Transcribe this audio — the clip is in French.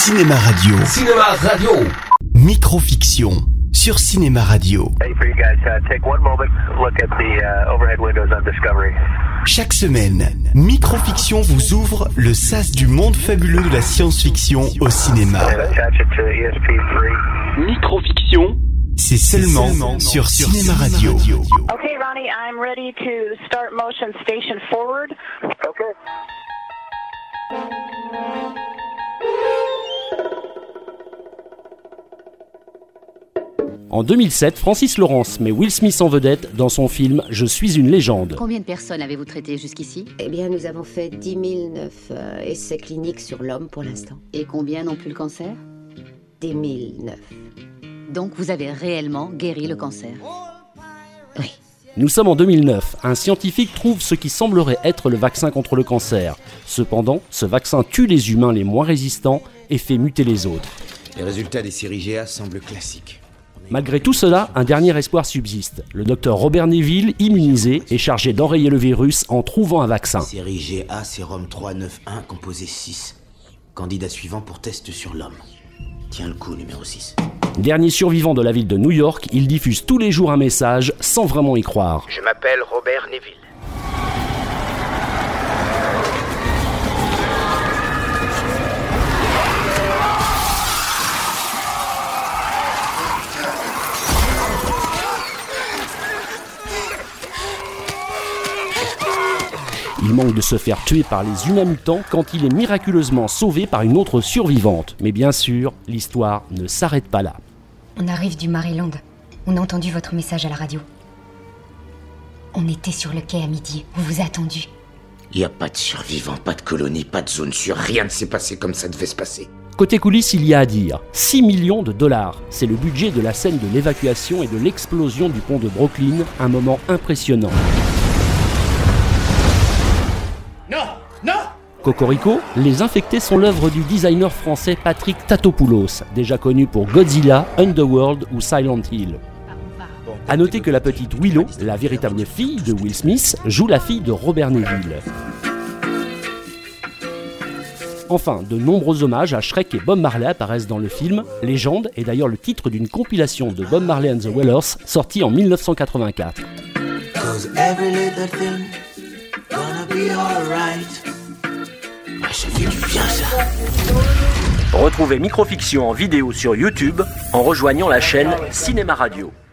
Cinéma Radio. Cinéma Radio. Microfiction sur Cinéma Radio. Chaque semaine, Microfiction vous ouvre le sas du monde fabuleux de la science-fiction au cinéma. Microfiction, c'est seulement sur Cinéma Radio. Okay, Ronnie, I'm ready to start motion station forward. Okay. En 2007, Francis Lawrence met Will Smith en vedette dans son film « Je suis une légende ». Combien de personnes avez-vous traité jusqu'ici ? Eh bien, nous avons fait 10 009 essais cliniques sur l'homme pour l'instant. Et combien n'ont plus le cancer ? 10 009. Donc vous avez réellement guéri le cancer ? Oui. Nous sommes en 2009. Un scientifique trouve ce qui semblerait être le vaccin contre le cancer. Cependant, ce vaccin tue les humains les moins résistants et fait muter les autres. Les résultats des séries GA semblent classiques. Malgré tout cela, un dernier espoir subsiste. Le docteur Robert Neville, immunisé, est chargé d'enrayer le virus en trouvant un vaccin. Série GA, sérum 391, composé 6. Candidat suivant pour test sur l'homme. Tiens le coup, numéro 6. Dernier survivant de la ville de New York, il diffuse tous les jours un message sans vraiment y croire. Je m'appelle Robert Neville. Il manque de se faire tuer par les humains mutants quand il est miraculeusement sauvé par une autre survivante. Mais bien sûr, l'histoire ne s'arrête pas là. On arrive du Maryland. On a entendu votre message à la radio. On était sur le quai à midi. On vous a attendu. Il n'y a pas de survivants, pas de colonie, pas de zone sûre. Rien ne s'est passé comme ça devait se passer. Côté coulisses, il y a à dire 6 millions de dollars. C'est le budget de la scène de l'évacuation et de l'explosion du pont de Brooklyn. Un moment impressionnant. Cocorico, les infectés sont l'œuvre du designer français Patrick Tatopoulos, déjà connu pour Godzilla, Underworld ou Silent Hill. A noter que la petite Willow, la véritable fille de Will Smith, joue la fille de Robert Neville. Enfin, de nombreux hommages à Shrek et Bob Marley apparaissent dans le film. Légende est d'ailleurs le titre d'une compilation de Bob Marley and the Wailers sortie en 1984. Ça fait du bien, ça. Retrouvez Microfiction en vidéo sur YouTube en rejoignant la chaîne Cinéma Radio.